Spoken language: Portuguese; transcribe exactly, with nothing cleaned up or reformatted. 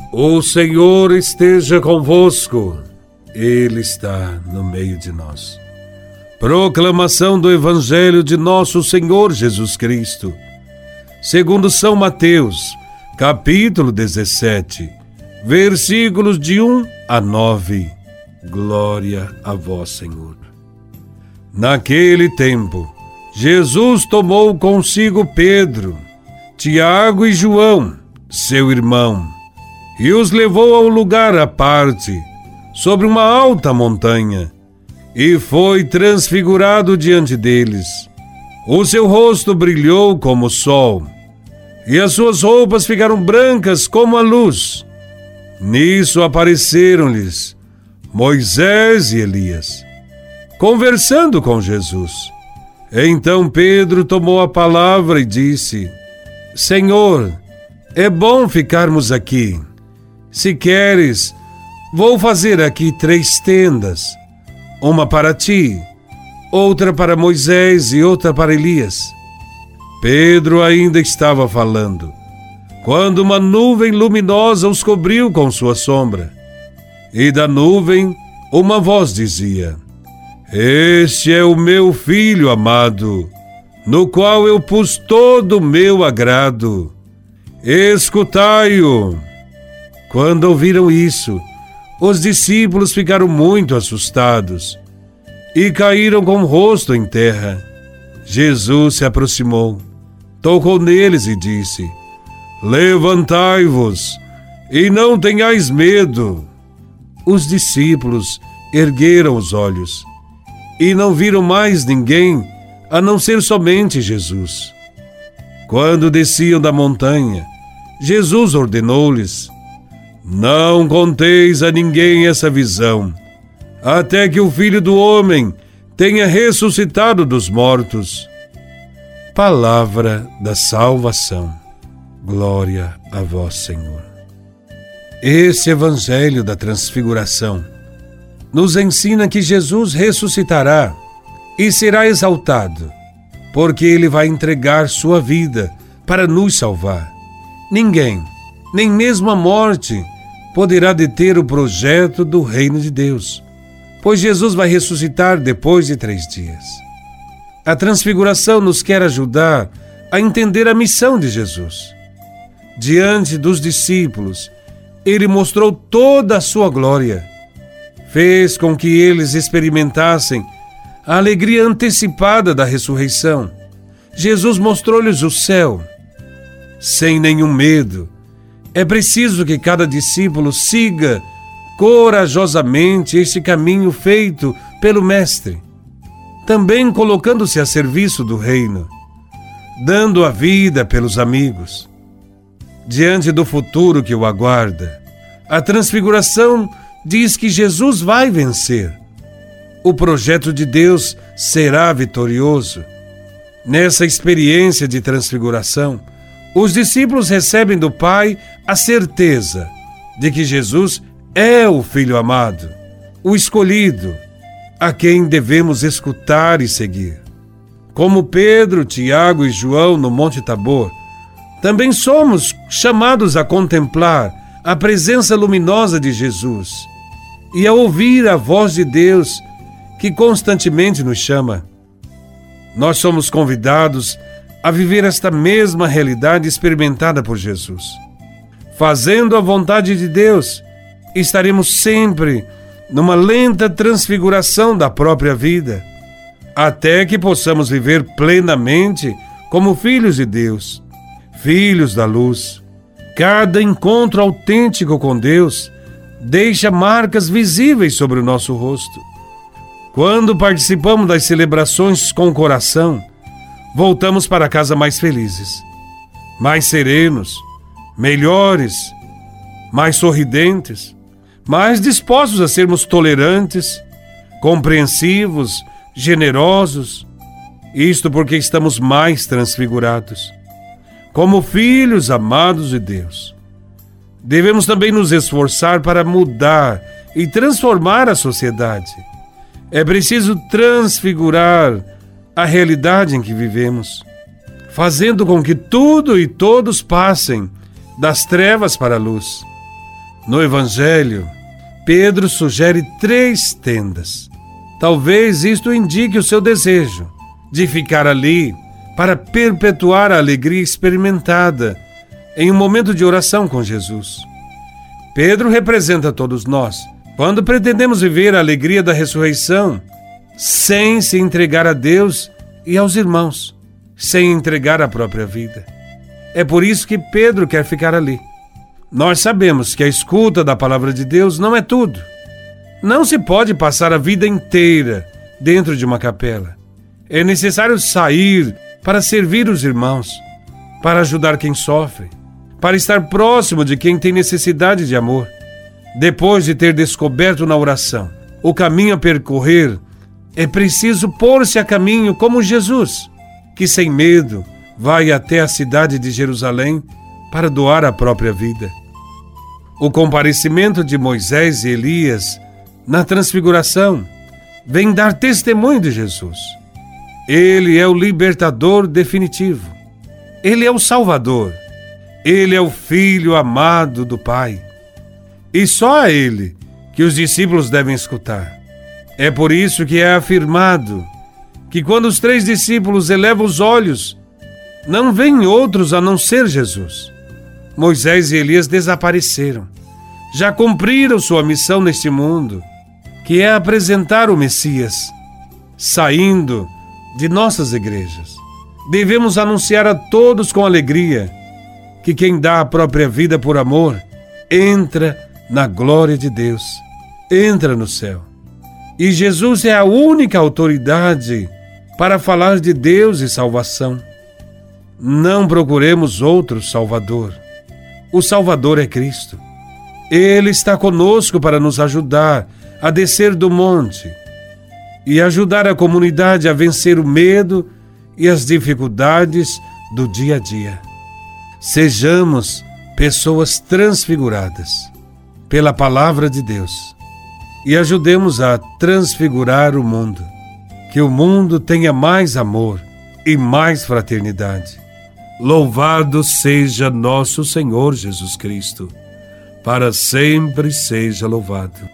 O Senhor esteja convosco. Ele está no meio de nós. Proclamação do Evangelho de nosso Senhor Jesus Cristo, segundo São Mateus, capítulo dezessete, versículos de um a nove. Glória a vós, Senhor. Naquele tempo, Jesus tomou consigo Pedro, Tiago e João, seu irmão, e os levou a um lugar à parte, sobre uma alta montanha, e foi transfigurado diante deles. O seu rosto brilhou como o sol, e as suas roupas ficaram brancas como a luz. Nisso apareceram-lhes Moisés e Elias, conversando com Jesus. Então Pedro tomou a palavra e disse: Senhor, é bom ficarmos aqui. Se queres, vou fazer aqui três tendas, uma para ti, outra para Moisés e outra para Elias. Pedro ainda estava falando, quando uma nuvem luminosa os cobriu com sua sombra. E da nuvem uma voz dizia: Este é o meu filho amado, no qual eu pus todo o meu agrado. Escutai-o. Quando ouviram isso, os discípulos ficaram muito assustados e caíram com o rosto em terra. Jesus se aproximou, tocou neles e disse: Levantai-vos e não tenhais medo. Os discípulos ergueram os olhos e não viram mais ninguém a não ser somente Jesus. Quando desciam da montanha, Jesus ordenou-lhes: Não conteis a ninguém essa visão, até que o Filho do Homem tenha ressuscitado dos mortos. Palavra da salvação. Glória a vós, Senhor. Esse Evangelho da Transfiguração nos ensina que Jesus ressuscitará e será exaltado, porque ele vai entregar sua vida para nos salvar. Ninguém, nem mesmo a morte, poderá deter o projeto do reino de Deus, pois Jesus vai ressuscitar depois de três dias. A transfiguração nos quer ajudar a entender a missão de Jesus. Diante dos discípulos, ele mostrou toda a sua glória, fez com que eles experimentassem a alegria antecipada da ressurreição. Jesus mostrou-lhes o céu, sem nenhum medo. É preciso que cada discípulo siga corajosamente este caminho feito pelo Mestre, também colocando-se a serviço do reino, dando a vida pelos amigos. Diante do futuro que o aguarda, a transfiguração diz que Jesus vai vencer. O projeto de Deus será vitorioso. Nessa experiência de transfiguração, os discípulos recebem do Pai a certeza de que Jesus é o Filho amado, o escolhido, a quem devemos escutar e seguir. Como Pedro, Tiago e João no Monte Tabor, também somos chamados a contemplar a presença luminosa de Jesus e a ouvir a voz de Deus que constantemente nos chama. Nós somos convidados a viver esta mesma realidade experimentada por Jesus. Fazendo a vontade de Deus, estaremos sempre numa lenta transfiguração da própria vida, até que possamos viver plenamente como filhos de Deus, filhos da luz. Cada encontro autêntico com Deus deixa marcas visíveis sobre o nosso rosto. Quando participamos das celebrações com o coração, voltamos para casa mais felizes, mais serenos, melhores, mais sorridentes, mais dispostos a sermos tolerantes, compreensivos, generosos. Isto porque estamos mais transfigurados. Como filhos amados de Deus, devemos também nos esforçar para mudar e transformar a sociedade. É preciso transfigurar a realidade em que vivemos, fazendo com que tudo e todos passem das trevas para a luz. No Evangelho, Pedro sugere três tendas. Talvez isto indique o seu desejo de ficar ali para perpetuar a alegria experimentada em um momento de oração com Jesus. Pedro representa todos nós quando pretendemos viver a alegria da ressurreição sem se entregar a Deus e aos irmãos, sem entregar a própria vida. É por isso que Pedro quer ficar ali. Nós sabemos que a escuta da palavra de Deus não é tudo. Não se pode passar a vida inteira dentro de uma capela. É necessário sair para servir os irmãos, para ajudar quem sofre, para estar próximo de quem tem necessidade de amor. Depois de ter descoberto na oração o caminho a percorrer, é preciso pôr-se a caminho como Jesus, que sem medo vai até a cidade de Jerusalém para doar a própria vida. O comparecimento de Moisés e Elias na transfiguração vem dar testemunho de Jesus. Ele é o libertador definitivo. Ele é o Salvador. Ele é o Filho amado do Pai. E só a Ele que os discípulos devem escutar. É por isso que é afirmado que quando os três discípulos elevam os olhos, não veem outros a não ser Jesus. Moisés e Elias desapareceram. Já cumpriram sua missão neste mundo, que é apresentar o Messias. Saindo de nossas igrejas, devemos anunciar a todos com alegria que quem dá a própria vida por amor entra na glória de Deus, entra no céu. E Jesus é a única autoridade para falar de Deus e salvação. Não procuremos outro Salvador. O Salvador é Cristo. Ele está conosco para nos ajudar a descer do monte e ajudar a comunidade a vencer o medo e as dificuldades do dia a dia. Sejamos pessoas transfiguradas pela palavra de Deus e ajudemos a transfigurar o mundo. Que o mundo tenha mais amor e mais fraternidade. Louvado seja nosso Senhor Jesus Cristo, para sempre seja louvado.